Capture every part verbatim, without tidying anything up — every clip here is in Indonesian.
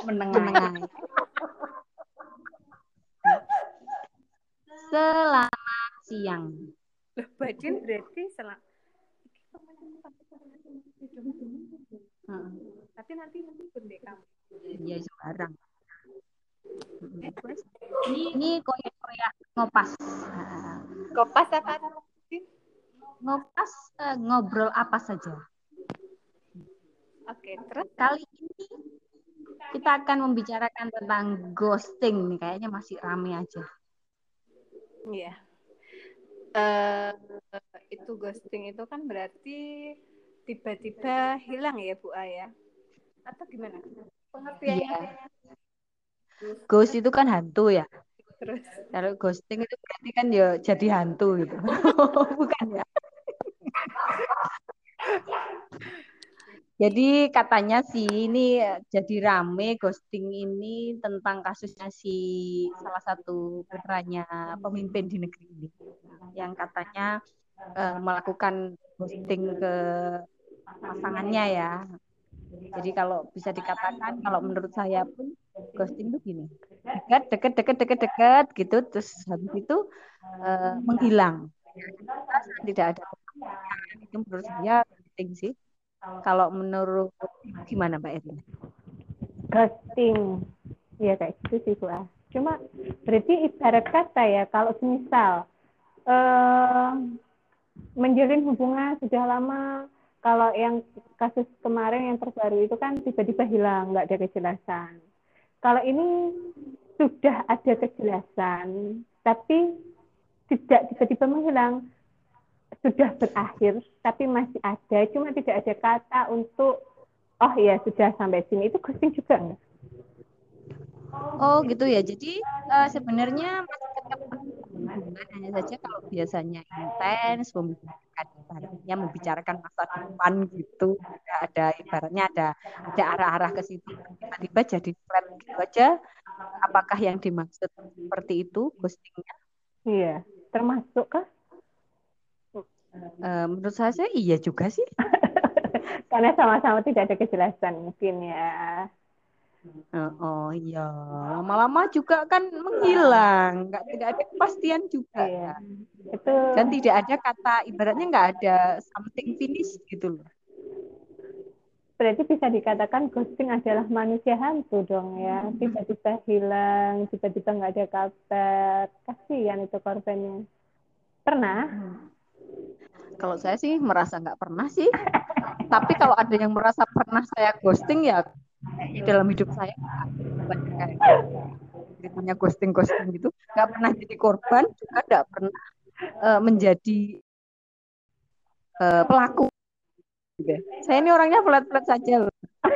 menengah. Selamat siang. Loh, Badin berarti selang. Hmm. Tapi nanti nanti bendek kamu. Iya sembarang. Ini koyak-koyak ngopas. Kopas apa? Ngopas eh, ngobrol apa saja. Oke, terus kali ini kita akan membicarakan tentang ghosting nih, kayaknya masih rame aja. Iya. Uh, itu ghosting itu kan berarti tiba-tiba hilang ya Bu Aya? Atau gimana? Pengertiannya? Iya. Ghost itu kan hantu ya. Terus kalau ghosting itu berarti kan ya jadi hantu gitu. Bukan ya? Jadi katanya sih ini jadi rame ghosting ini tentang kasusnya si salah satu putranya pemimpin di negeri ini yang katanya uh, melakukan ghosting ke pasangannya ya. Jadi kalau bisa dikatakan kalau menurut saya pun ghosting itu gini, dekat dekat dekat dekat dekat gitu terus habis itu uh, menghilang. Tidak ada itu menurut saya ghosting sih. Kalau menurut gimana Mbak Erin? Ghosting, ya kayak gitu sih Bu. Cuma berarti ibarat kata ya kalau misal eh, menjalin hubungan sudah lama, kalau yang kasus kemarin yang terbaru itu kan tiba-tiba hilang, nggak ada kejelasan. Kalau ini sudah ada kejelasan, tapi tidak tiba-tiba menghilang, sudah berakhir, tapi masih ada, cuma tidak ada kata untuk, oh ya sudah sampai sini, itu ghosting juga nggak? Oh gitu ya. Jadi uh, sebenarnya masih tetap hubungan, hanya saja kalau biasanya intens, membicarakan ibaratnya membicarakan masa depan gitu, ada ibaratnya ada ada arah-arah ke situ, tiba-tiba jadi flat gitu aja. Apakah yang dimaksud seperti itu ghostingnya? Iya, termasuk kah? Uh, menurut saya sih iya juga sih. Karena sama-sama tidak ada kejelasan mungkin ya. Oh, oh iya, lama-lama juga kan menghilang, nggak tidak ada kepastian juga Iya. kan. Itu Dan tidak ada kata, ibaratnya nggak ada something finish gitu loh. berarti bisa dikatakan ghosting adalah manusia hantu dong ya. Tiba-tiba hilang, tiba-tiba nggak ada kabar. Kasihan itu korbannya. Pernah? Kalau saya sih merasa nggak pernah sih. Tapi kalau ada yang merasa pernah saya ghosting ya dalam hidup saya banyak kayak ceritanya ghosting-ghosting gitu. Nggak pernah jadi korban, juga nggak pernah uh, menjadi uh, pelaku. Saya ini orangnya flat-flat saja loh.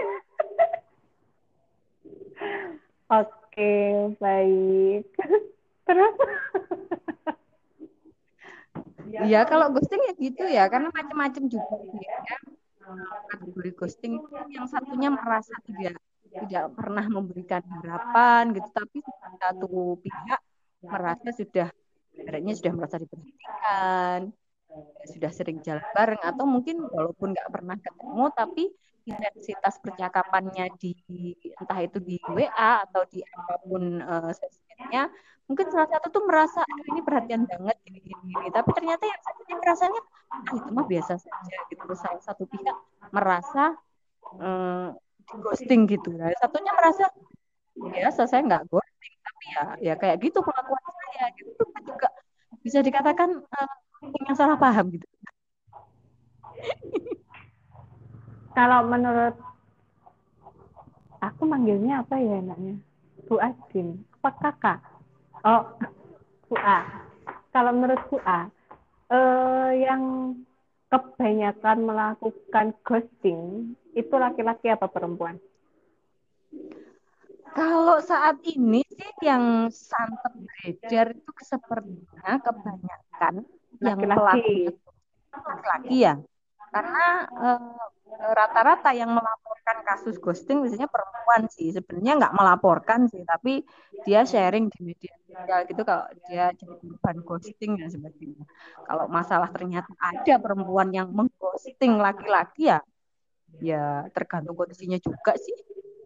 Oke, baik. Terus? Ya kalau ghosting ya gitu ya, karena macam-macam juga sih ya. Kategori ghosting itu kan yang satunya merasa tidak tidak pernah memberikan harapan gitu, tapi satu pihak merasa sudah ibaratnya sudah merasa diperhatikan, sudah sering jalan bareng, atau mungkin walaupun nggak pernah ketemu tapi intensitas percakapannya di entah itu di W A atau di apapun uh, sosmednya, mungkin salah satu tuh merasa aduh ini perhatian banget gini gini, gini. Tapi ternyata yang satunya merasanya ah itu mah biasa saja gitu. Terus salah satu pihak merasa um, di ghosting gitu, nah satunya merasa biasa saya nggak ghosting tapi ya ya kayak gitu pengakuan saya gitu, itu kan juga bisa dikatakan uh, yang salah paham gitu. Kalau menurut aku manggilnya apa ya enaknya? Bu Adin, apa kakak? Oh, Bu A. Kalau menurut Bu A, eh, yang kebanyakan melakukan ghosting itu laki-laki apa perempuan? Kalau saat ini sih yang santet beredar itu sepertinya kebanyakan yang pelakunya Laki-laki. laki-laki ya, karena eh, rata-rata yang melaporkan kasus ghosting biasanya perempuan sih. Sebenarnya nggak melaporkan sih, tapi dia sharing di media sosial gitu kalau dia jadi korban ghosting dan sebagainya. Kalau masalah ternyata ada perempuan yang mengghosting laki-laki ya, ya tergantung kondisinya juga sih.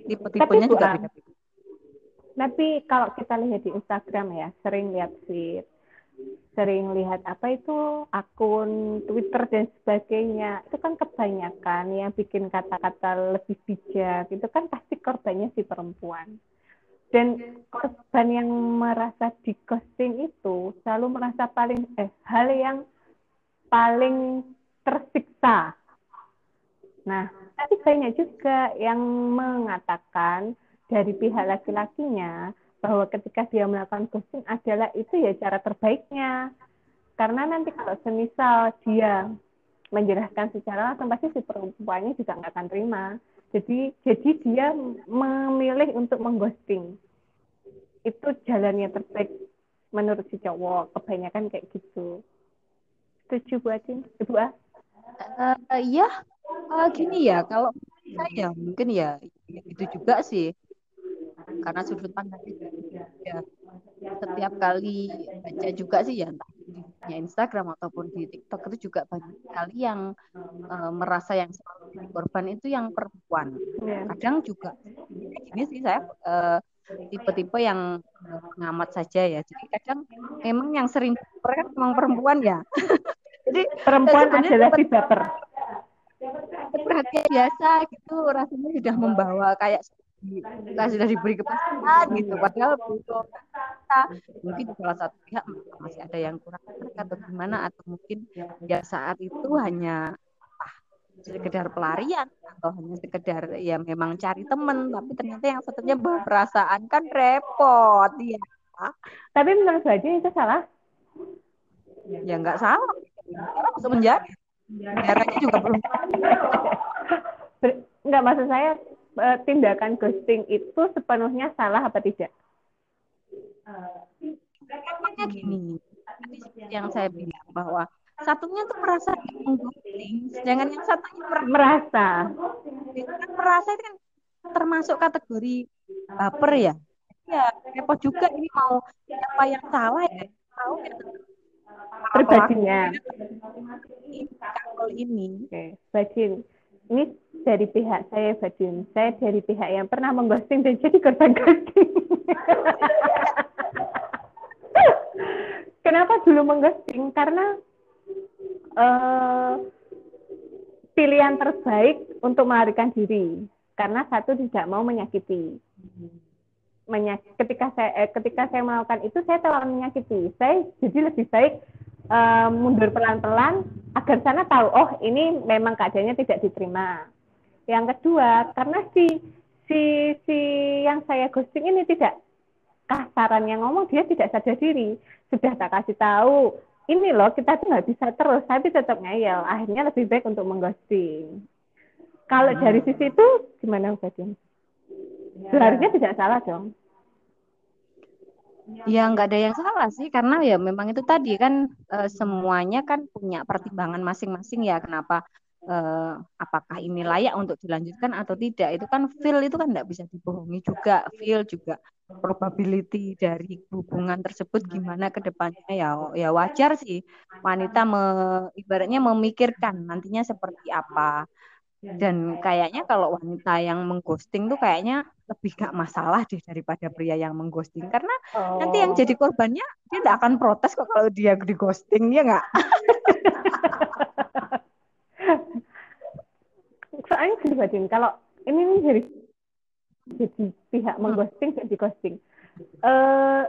tipe-tipenya Bu juga Am, beda-beda. tapi kalau kita lihat di Instagram ya, sering lihat feed, sering lihat apa itu akun Twitter dan sebagainya, itu kan kebanyakan yang bikin kata-kata lebih bijak itu kan pasti korbannya si perempuan. Dan korban yang merasa di ghosting itu selalu merasa paling eh hal yang paling tersiksa. Nah, tapi banyak juga yang mengatakan dari pihak laki-lakinya bahwa ketika dia melakukan ghosting adalah itu ya cara terbaiknya. Karena nanti kalau semisal dia menjelaskan secara langsung pasti si perempuannya juga nggak akan terima. Jadi jadi dia memilih untuk mengghosting. Itu jalannya terbaik menurut si cowok. Kebanyakan kayak gitu. Setuju Bu Adin? Ibu A? Uh, ya, uh, gini ya, kalau saya mungkin ya itu juga sih, karena sudut pandangnya ya, setiap kali baca juga sih ya, entah di dunia Instagram ataupun di TikTok itu juga banyak sekali yang uh, merasa yang selalu jadi korban itu yang perempuan. Ya. Kadang juga kayak gini sih saya uh, tipe-tipe yang uh, pengamat saja ya. Jadi kadang memang yang sering baper kan memang perempuan ya. Jadi uh, Perempuan sebenarnya adalah dapat si baper. perhatian biasa gitu rasanya sudah membawa kayak di, sudah diberi kepastian gitu, padahal belum kita mungkin salah satu pihak masih ada yang kurang atau gimana, atau mungkin ya saat itu hanya ah, sekedar pelarian atau hanya sekedar ya memang cari temen, tapi ternyata yang satunya bawa perasaan, kan repot ya. Tapi menurut Badi itu salah? Ya nggak salah, salah masuk penjara, penjaranya juga belum. Enggak, maksud saya tindakan ghosting itu sepenuhnya salah apa tidak? Makanya gini, tadi yang saya bilang bahwa satunya tuh merasa menggunting, sedangkan yang satunya merasa. Merasa. Kan merasa itu kan termasuk kategori baper ya. Ya repot juga ini mau siapa yang salah ya. Tahu ya para Pribadinya. ini kalau ini. Oke, Badin. Ini dari pihak saya, Badin. Saya dari pihak yang pernah mengghosting dan jadi korban ghosting. Kenapa dulu mengghosting? Karena uh, pilihan terbaik untuk melarikan diri. Karena satu tidak mau menyakiti. Menyak ketika saya eh, ketika saya melakukan itu saya terlalu menyakiti. Saya jadi lebih baik uh, mundur pelan-pelan agar sana tahu oh ini memang keadaannya tidak diterima. Yang kedua, karena si si si yang saya ghosting ini tidak kasaran yang ngomong, dia tidak sadar diri. Sudah tak kasih tahu, ini loh kita tuh nggak bisa terus, tapi tetap ngeyel. Akhirnya lebih baik untuk mengghosting. Kalau dari sisi itu gimana Badin? Seharusnya tidak salah dong. Ya nggak ada yang salah sih, karena ya memang itu tadi kan eh, semuanya kan punya pertimbangan masing-masing ya, kenapa eh, apakah ini layak untuk dilanjutkan atau tidak, itu kan feel itu kan nggak bisa dibohongi juga, feel juga probability dari hubungan tersebut gimana ke depannya, ya ya wajar sih wanita me, ibaratnya memikirkan nantinya seperti apa. Dan kayaknya kalau wanita yang mengghosting tuh kayaknya lebih gak masalah deh daripada pria yang mengghosting. Karena oh. nanti yang jadi korbannya dia tidak akan protes kok kalau dia di ghosting, ya nggak? Soalnya gini Badin, kalau ini nih jadi, jadi pihak mengghosting, jadi ghosting. Uh,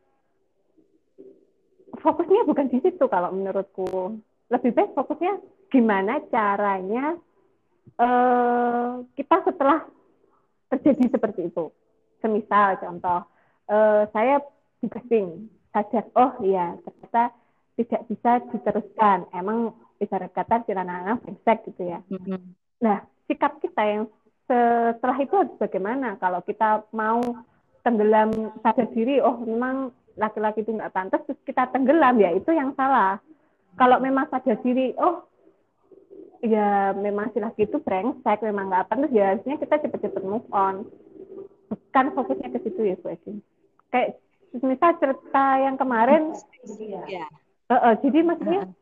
fokusnya bukan di situ kalau menurutku. Lebih baik fokusnya gimana caranya Uh, kita setelah terjadi seperti itu, semisal contoh uh, saya di ghosting, sadar oh iya ternyata tidak bisa diteruskan, emang ibarat kata anak-anak brengsek gitu ya. Mm-hmm. Nah sikap kita yang setelah itu harus bagaimana? Kalau kita mau tenggelam sadar diri, oh memang laki-laki itu nggak pantas, terus kita tenggelam, ya itu yang salah. Kalau memang sadar diri, oh ya memang si laki itu brengsek, memang nggak pantas, ya harusnya kita cepet-cepet move on. Bukan fokusnya ke situ ya Bu Edi. Kayak misal cerita yang kemarin, ya. uh, uh, jadi maksudnya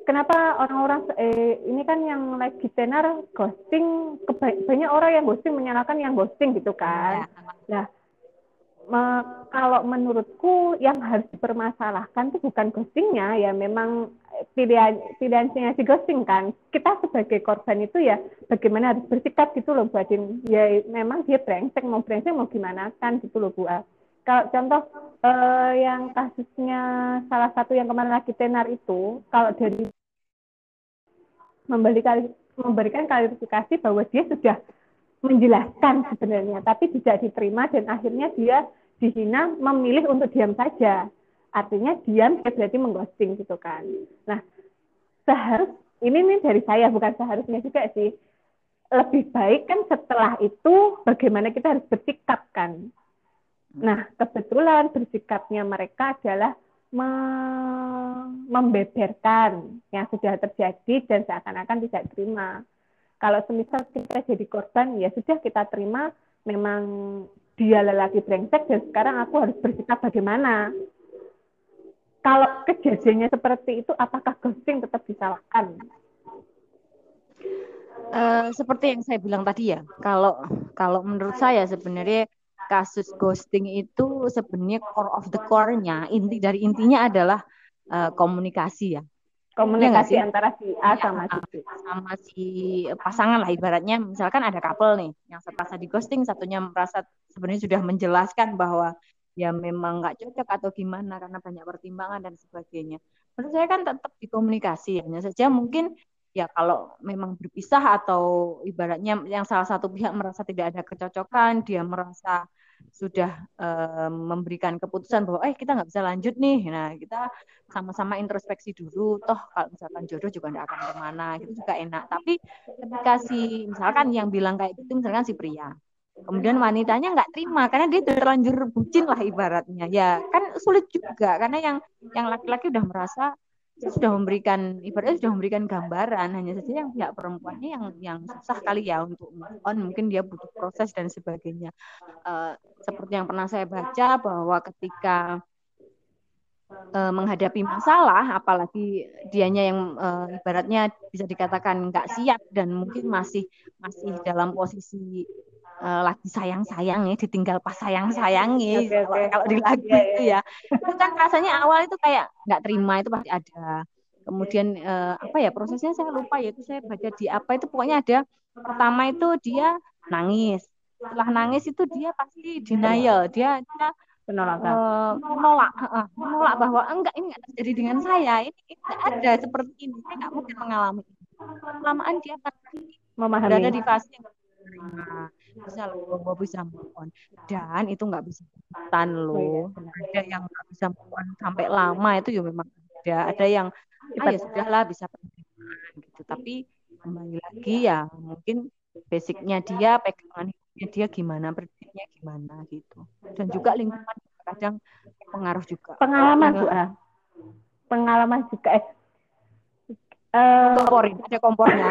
kenapa orang-orang eh, ini kan yang lagi tenar ghosting, keba- banyak orang yang ghosting menyalahkan yang ghosting gitu kan. Nah, me- kalau menurutku yang harus dipermasalahkan itu bukan ghostingnya, ya memang pilihan pilihannya si ghosting kan. Kita sebagai korban itu ya bagaimana harus bersikap gitu loh, buatin. Ya memang dia brengsek, mau brengsek mau gimana kan gitu loh Bu. Kalau contoh eh, yang kasusnya salah satu yang kemarin lagi tenar itu, kalau dari memberikan memberikan klarifikasi bahwa dia sudah menjelaskan sebenarnya, tapi tidak diterima dan akhirnya dia dihina, memilih untuk diam saja. Artinya diam dia berarti mengghosting gitu kan. Nah, seharus ini nih dari saya, bukan seharusnya juga sih. Lebih baik kan setelah itu bagaimana kita harus bersikap kan. Nah, kebetulan bersikapnya mereka adalah me- membeberkan yang sudah terjadi dan seakan-akan tidak terima. Kalau semisal kita jadi korban, ya sudah kita terima, memang dia lelaki brengsek dan sekarang aku harus bersikap bagaimana. Kalau kejadiannya seperti itu, apakah ghosting tetap disalahkan? Uh, seperti yang saya bilang tadi ya, kalau kalau menurut saya sebenarnya kasus ghosting itu sebenarnya core of the core-nya, inti dari intinya adalah uh, komunikasi ya. Komunikasi ya antara si A ya, sama si B. Sama si pasangan lah ibaratnya, misalkan ada couple nih, yang satu merasa di ghosting, satunya merasa sebenarnya sudah menjelaskan bahwa ya memang nggak cocok atau gimana karena banyak pertimbangan dan sebagainya. Menurut saya kan tetap dikomunikasi, hanya saja mungkin ya kalau memang berpisah atau ibaratnya yang salah satu pihak merasa tidak ada kecocokan, dia merasa sudah uh, memberikan keputusan bahwa eh kita nggak bisa lanjut nih, nah kita sama-sama introspeksi dulu, toh kalau misalkan jodoh juga nggak akan kemana, gitu juga enak. Tapi ketika si misalkan yang bilang kayak gitu, misalkan si pria, kemudian wanitanya nggak terima karena dia terlanjur bucin lah ibaratnya, ya kan sulit juga karena yang yang laki-laki udah merasa sudah memberikan ibaratnya sudah memberikan gambaran, hanya saja yang pihak perempuannya yang yang susah kali ya untuk move on, mungkin dia butuh proses dan sebagainya. Uh, seperti yang pernah saya baca bahwa ketika uh, menghadapi masalah, apalagi dianya yang uh, ibaratnya bisa dikatakan nggak siap dan mungkin masih masih dalam posisi uh, lagi sayang-sayang ya, ditinggal pas sayang-sayangnya, okay, kalau okay. kalau di lagu yeah, itu yeah. ya, itu kan rasanya awal itu kayak nggak terima, itu pasti ada. Kemudian uh, apa ya prosesnya saya lupa ya, itu saya baca di apa itu, pokoknya ada pertama itu dia nangis, setelah nangis itu dia pasti denial, dia, dia penolakan uh, menolak, uh, menolak bahwa enggak, ini enggak terjadi dengan saya, ini enggak ada seperti ini, saya enggak mungkin mengalami ini. Kelamaan dia akan memahami, berada di fase yang terima, bisa loh, bisa move on, dan itu enggak bisa instan loh. Ada yang enggak bisa move on sampai lama, itu ya memang ada. Ada yang ah ya sudahlah bisa penerimaan gitu. Tapi kembali lagi ya mungkin basicnya dia, pegangan hidupnya dia gimana, prinsipnya gimana gitu. Dan juga lingkungan kadang pengaruh juga. Pengalaman yang Bu A. Pengalaman juga eh uh, komporin, ada kompornya.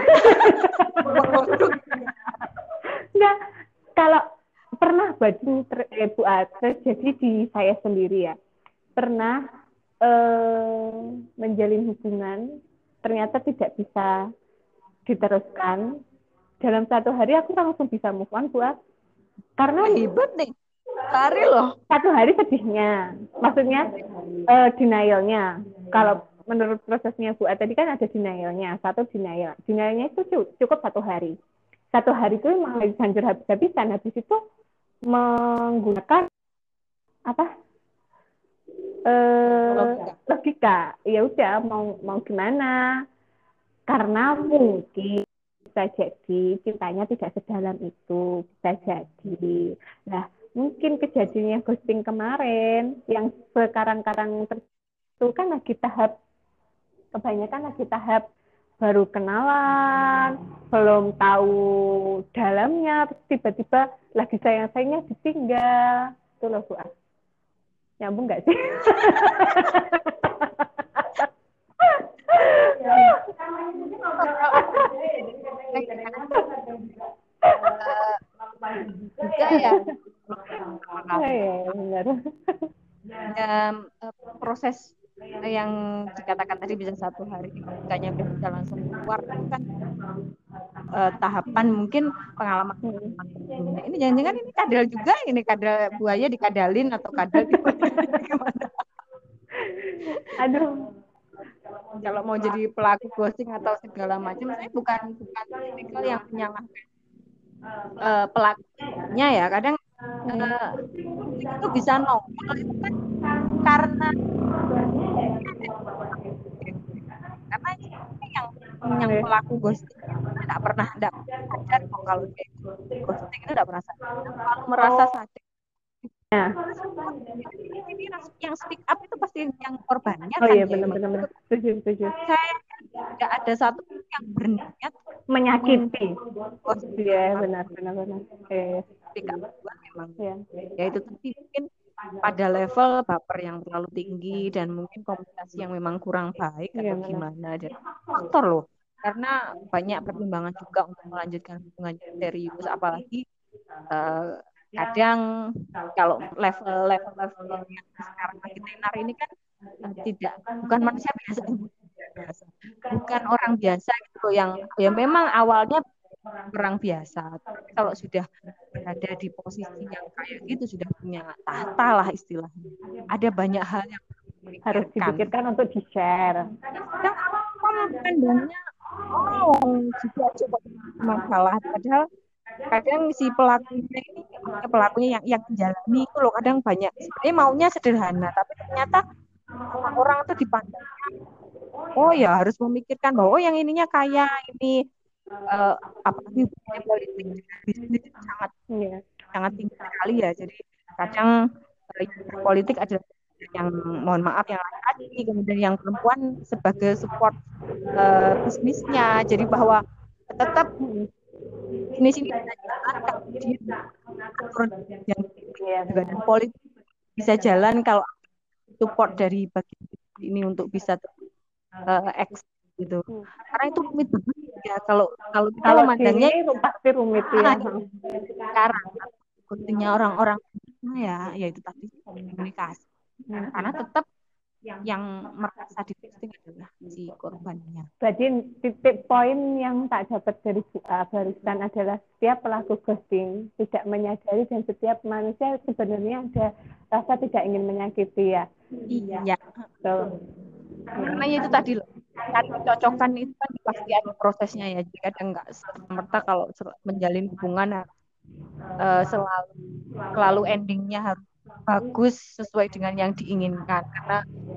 Enggak, kalau pernah buat eh, Bu A, terjadi di saya sendiri ya. Pernah eh, menjalin hubungan, ternyata tidak bisa diteruskan. Dalam satu hari aku langsung bisa move on, Bu A. Karena hebat nih. Hari loh. Satu hari sedihnya, maksudnya uh, denialnya. Kalau menurut prosesnya Bu A tadi kan ada denialnya, satu denial. Denialnya itu cukup satu hari. Satu hari itu memang lagi hancur habis-habisan. Habis itu menggunakan apa? Uh, logika. Ya udah mau mau gimana? Karena mungkin bisa jadi cintanya tidak sedalam itu, bisa jadi. Nah, mungkin kejadiannya ghosting kemarin yang sekarang-karang itu kan lagi tahap, kebanyakan lagi tahap baru kenalan, belum tahu dalamnya, tiba-tiba lagi sayang-sayangnya ditinggal. Itu loh Bu. Nyambung nggak sih? Juga ya. Oh, iya, benar. Ya, proses yang dikatakan tadi bisa satu hari bukannya bisa langsung keluar itu kan uh, tahapan mungkin pengalaman sebelumnya. Ini jangan-jangan ini kadal juga, ini kadal buaya dikadalin atau kadal di gimana? Aduh. Kalau mau jadi pelaku ghosting atau segala macam, saya bukan bukan tipikal yang menyalahkan uh, pelakunya ya. Kadang uh, ghosting itu bisa nongol itu kan karena karena yang yang pelaku ghosting tidak pernah tidak sadar kok kalau dia ghosting itu tidak pernah sadar. Kalau merasa sadar Ya. ini yang speak up itu pasti yang korbannya Oh kan iya ya. benar-benar setuju setuju. Saya tidak ada satu yang berniat menyakiti. Oh, iya benar benar benar. Eh. Speak up memang. Ya. Ya itu tadi mungkin pada level baper yang terlalu tinggi dan mungkin komunikasi yang memang kurang baik Iya, atau benar. gimana dan faktor loh. Karena banyak pertimbangan juga untuk melanjutkan hubungan serius apalagi uh, kadang kalau level-level level yang sekarang lagi tenar ini kan uh, tidak bukan manusia biasa, biasa bukan orang biasa gitu yang ya memang awalnya orang biasa tapi kalau sudah berada di posisi yang kayak gitu sudah punya tahta lah istilahnya ada banyak hal yang harus dipikirkan untuk di share. Kadang pandangnya oh juga coba masalah padahal kadang si pelakunya ini pelakunya yang yang menjalani itu loh kadang banyak sebenarnya maunya sederhana tapi ternyata sama orang itu dipandangnya oh ya harus memikirkan bahwa oh yang ininya kaya ini uh, apalagi hubungannya politik bisnis sangat yeah. sangat tinggi sekali ya jadi kadang uh, politik adalah yang mohon maaf yang laki-laki kemudian yang perempuan sebagai support uh, bisnisnya jadi bahwa tetap ini sini bisa jalan kalau dia atur yang juga dan politik bisa jalan kalau support dari bagian ini untuk bisa uh, X gitu karena itu rumit banget ya kalau kalau kita kalau memandangnya ini pasti rumit ya sekarang pentingnya orang-orang ya ya itu tadi komunikasi karena tetap yang merasa di ghosting adalah si korbannya. Jadi titik poin yang tak dapat dari uh, barusan adalah setiap pelaku ghosting tidak menyadari dan setiap manusia sebenarnya ada rasa tidak ingin menyakiti ya. Iya. So, karena itu tadi loh. Cari cocokan itu kan pasti ada prosesnya ya. Jadi kadang nggak serta-merta kalau menjalin hubungan uh, selalu selalu endingnya harus bagus sesuai dengan yang diinginkan karena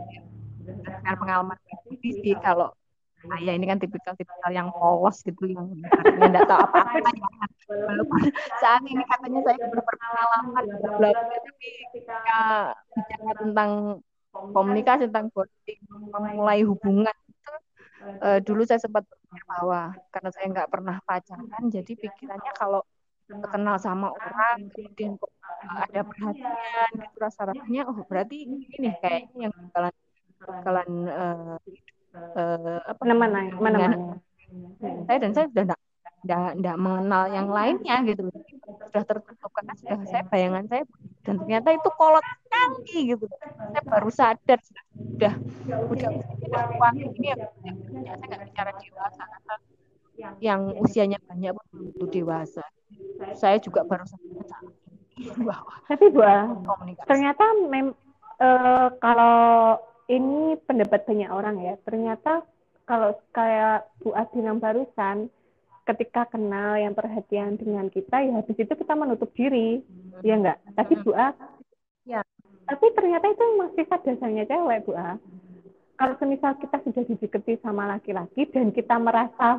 dengan pengalaman pribadi sih kalau saya ini kan tipikal-tipikal yang polos gitu yang artinya nggak tahu apa-apa ya. Walaupun saat ini katanya saya sudah berpengalaman bla tapi ketika bicara tentang komunikasi tentang ghosting memulai hubungan itu uh, dulu saya sempat berpikir bahwa karena saya nggak pernah pacaran jadi pikirannya kalau kenal sama orang kemudian kok ada perhatian gitu rasa-rasanya oh berarti ini kayaknya yang bakalan bakalan uh, uh, apa mana mana saya dan saya sudah enggak enggak, enggak mengenal yang lainnya gitu sudah tertutup karena sudah saya bayangan saya dan ternyata itu kolot sekali gitu saya baru sadar sudah udah udah tua ini ya saya nggak bicara dewasa karena yang usianya banyak pun belum tentu dewasa saya juga baru sadar bahwa tapi Bu ternyata mem, uh, kalau ini pendapat banyak orang ya ternyata kalau kayak Bu Adinam barusan ketika kenal yang perhatian dengan kita ya habis itu kita menutup diri hmm. ya enggak tapi Bu A ya tapi ternyata itu masih dasarnya cewek Bu A kalau semisal kita sudah didekati sama laki-laki dan kita merasa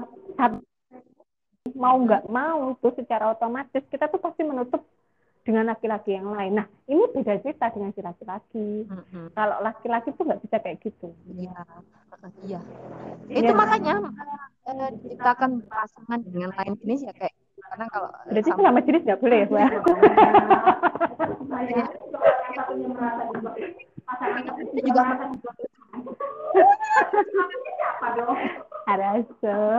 mau nggak mau itu secara otomatis kita tuh pasti menutup dengan laki-laki yang lain. Nah, ini beda cerita dengan si laki-laki. Mm-hmm. Kalau laki-laki tuh nggak bisa kayak gitu. Iya, iya. Itu ya, makanya eh, diciptakan pasangan dengan lain jenis ya kayak karena kalau berarti sama, sama jenis nggak boleh ya, Mbak? Itu juga harus.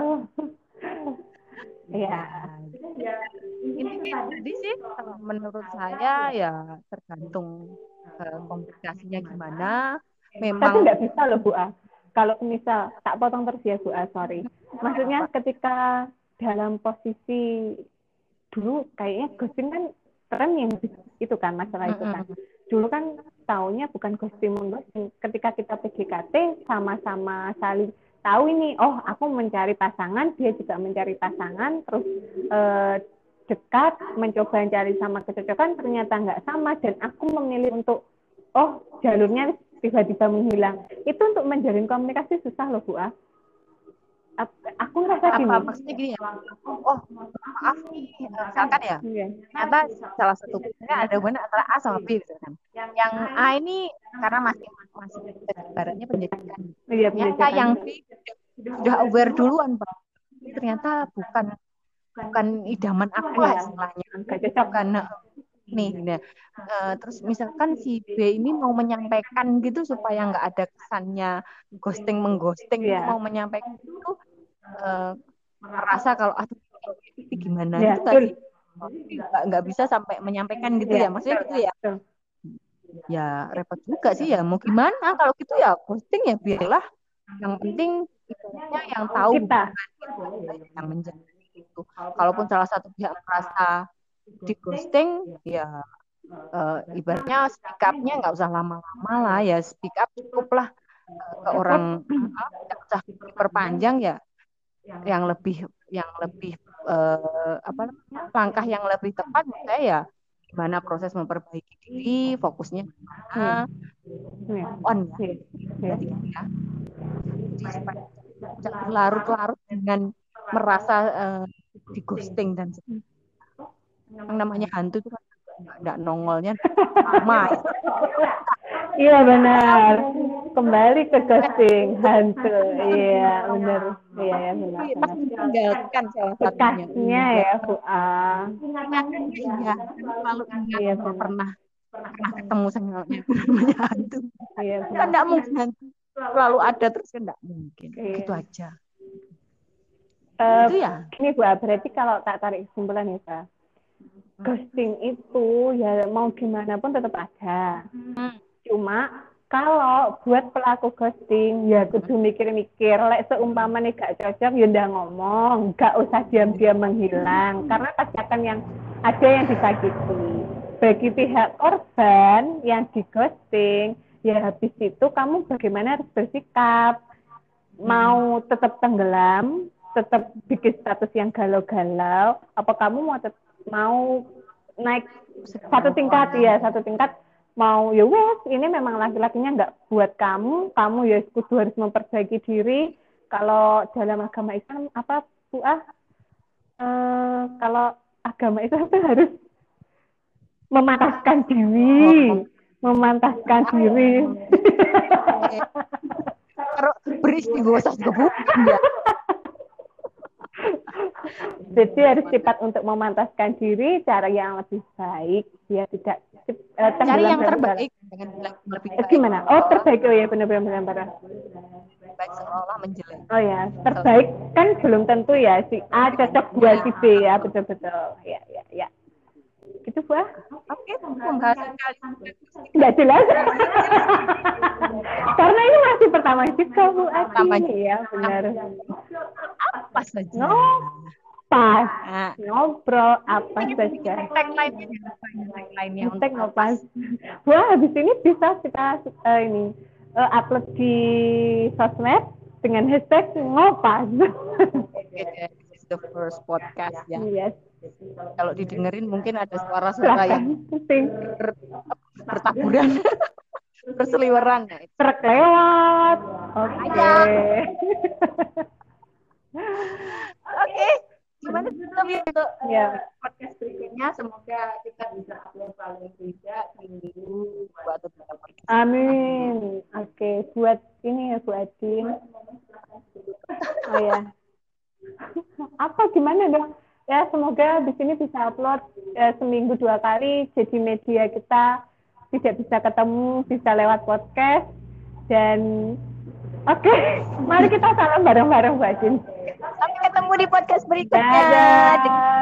Ya. Intinya tadi sih menurut saya ya tergantung uh, komunikasinya gimana memang Tapi nggak bisa loh Bu A. Kalau misal, tak potong terus ya Bu A, sorry. Maksudnya ketika dalam posisi dulu kayaknya ghosting kan tren yang itu kan masalah itu kan. Dulu kan taunya bukan ghosting mengghosting. Ketika kita P D K T sama-sama saling tahu ini, oh aku mencari pasangan, dia juga mencari pasangan, terus eh, dekat, mencoba mencari sama kecocokan, ternyata nggak sama, dan aku memilih untuk, oh jalurnya tiba-tiba menghilang. Itu untuk menjalin komunikasi susah loh Bu A. Aku ngerasa apa gini. maksudnya gini ya, oh maaf nih, misalkan ya Iya. ternyata salah satu punya ada hubungan antara A sama B gitu kan. Yang A ini karena masih masih ibaratnya pendidikan, Iya, ternyata pendidikan. yang B sudah aware duluan Pak. Ternyata bukan bukan idaman aku lah Iya, istilahnya, nggak cocok. bukan nih. Nah, eh, terus misalkan si B ini mau menyampaikan gitu supaya nggak ada kesannya ghosting mengghosting, Iya. mau menyampaikan itu eh, merasa kalau ah ini gimana Ya, gitu nggak betul. sih? Nggak nggak bisa sampai menyampaikan gitu Iya, ya, maksudnya gitu ya. betul. Ya repot juga sih ya, mau gimana kalau gitu ya ghosting ya biarlah, yang penting ibaratnya yang tahu Kita. yang menjadi itu. Kalaupun salah satu pihak merasa di ghosting ya eh, ibaratnya speak up-nya nggak usah lama-lama lah ya, speak up cukup lah eh, ke orang, ah, nggak usah diperpanjang ya, yang lebih yang lebih eh, apa namanya, langkah yang lebih tepat menurut saya ya gimana proses memperbaiki diri, fokusnya Iya. kemana, Iya. on ya Iya. Iya. berarti kan ya. Jadi supaya jangan berlarut-larut dengan merasa eh, di ghosting dan sebagainya. Yang namanya hantu itu kan nggak nongolnya lama ya. Iya benar. Kembali ke ghosting hantu. Iya benar. Iya ya benar. Tapi benar. pasti ditinggalkan salah satunya. Bekasnya ya Bu A. Ingatannya iya, kan selalu ingat Iya kalau benar. pernah pernah ketemu sama yang namanya hantu. Iya Kan benar. nggak mungkin hantu selalu ada terus, kan nggak mungkin. Iya. Gitu aja. Eh, Itu ya. Gini Bu A, berarti kalau tak tarik kesimpulan ya Bu A, ghosting itu ya mau gimana pun tetap ada. Hmm. Cuma kalau buat pelaku ghosting ya kudu mikir-mikir, lek seumpama nih gak cocok ya udah ngomong, gak usah diam-diam menghilang, karena pasti akan yang ada yang disakiti. Bagi pihak korban yang di ghosting, ya habis itu kamu bagaimana harus bersikap, mau tetap tenggelam, tetap bikin status yang galau-galau, apa kamu mau tet- mau naik satu tingkat ya satu tingkat mau ya wes ini memang laki-lakinya nggak buat kamu, kamu ya kudu harus memperbaiki diri. Kalau dalam agama Islam apa Bu Ah? Eh, kalau agama Islam itu harus memantaskan diri, memantaskan diri. Kalau beristighosa juga bukan ya. Jadi harus cepat untuk memantaskan diri, cara yang lebih baik, dia tidak uh, Cari yang terbaik, dengan bilang lebih baik. Gimana? Oh terbaik, oh ya benar-benar benar. Baik seolah menjelek. Oh ya, terbaik kan belum tentu ya, si A cocok buat si B ya, betul-betul. Ya, ya, ya. Gitu Bu. Oke, pembahasan kali ini nggak jelas. Karena ini masih pertama juga Bu Pertama ini ya, benar. apa saja. No, pas. Nah, Ngobrol apa saja. tagline-nya tagline-nya untuk Hashtag ngopas. Wah, habis ini bisa kita uh, ini uh, upload di sosmed dengan hashtag ngopas. Okay, this is the first podcast ya. Yes. Kalau didengerin mungkin ada suara-suara yang ber, bertaburan, berseliweran. Ya. Truk lewat. Oke. Okay. Oke. Okay. Gimana untuk ya. podcast berikutnya? Semoga kita bisa upload paling tidak minggu dua atau tiga podcast. Amin. Oke, okay. Buat ini ya Bu Adin. Oh ya. Apa gimana dong? Ya semoga di sini bisa upload ya, seminggu dua kali. Jadi media kita tidak bisa ketemu, bisa lewat podcast. Dan oke, okay. Mari kita salam bareng-bareng Bu Adin. Sampai ketemu di podcast berikutnya. Dadah.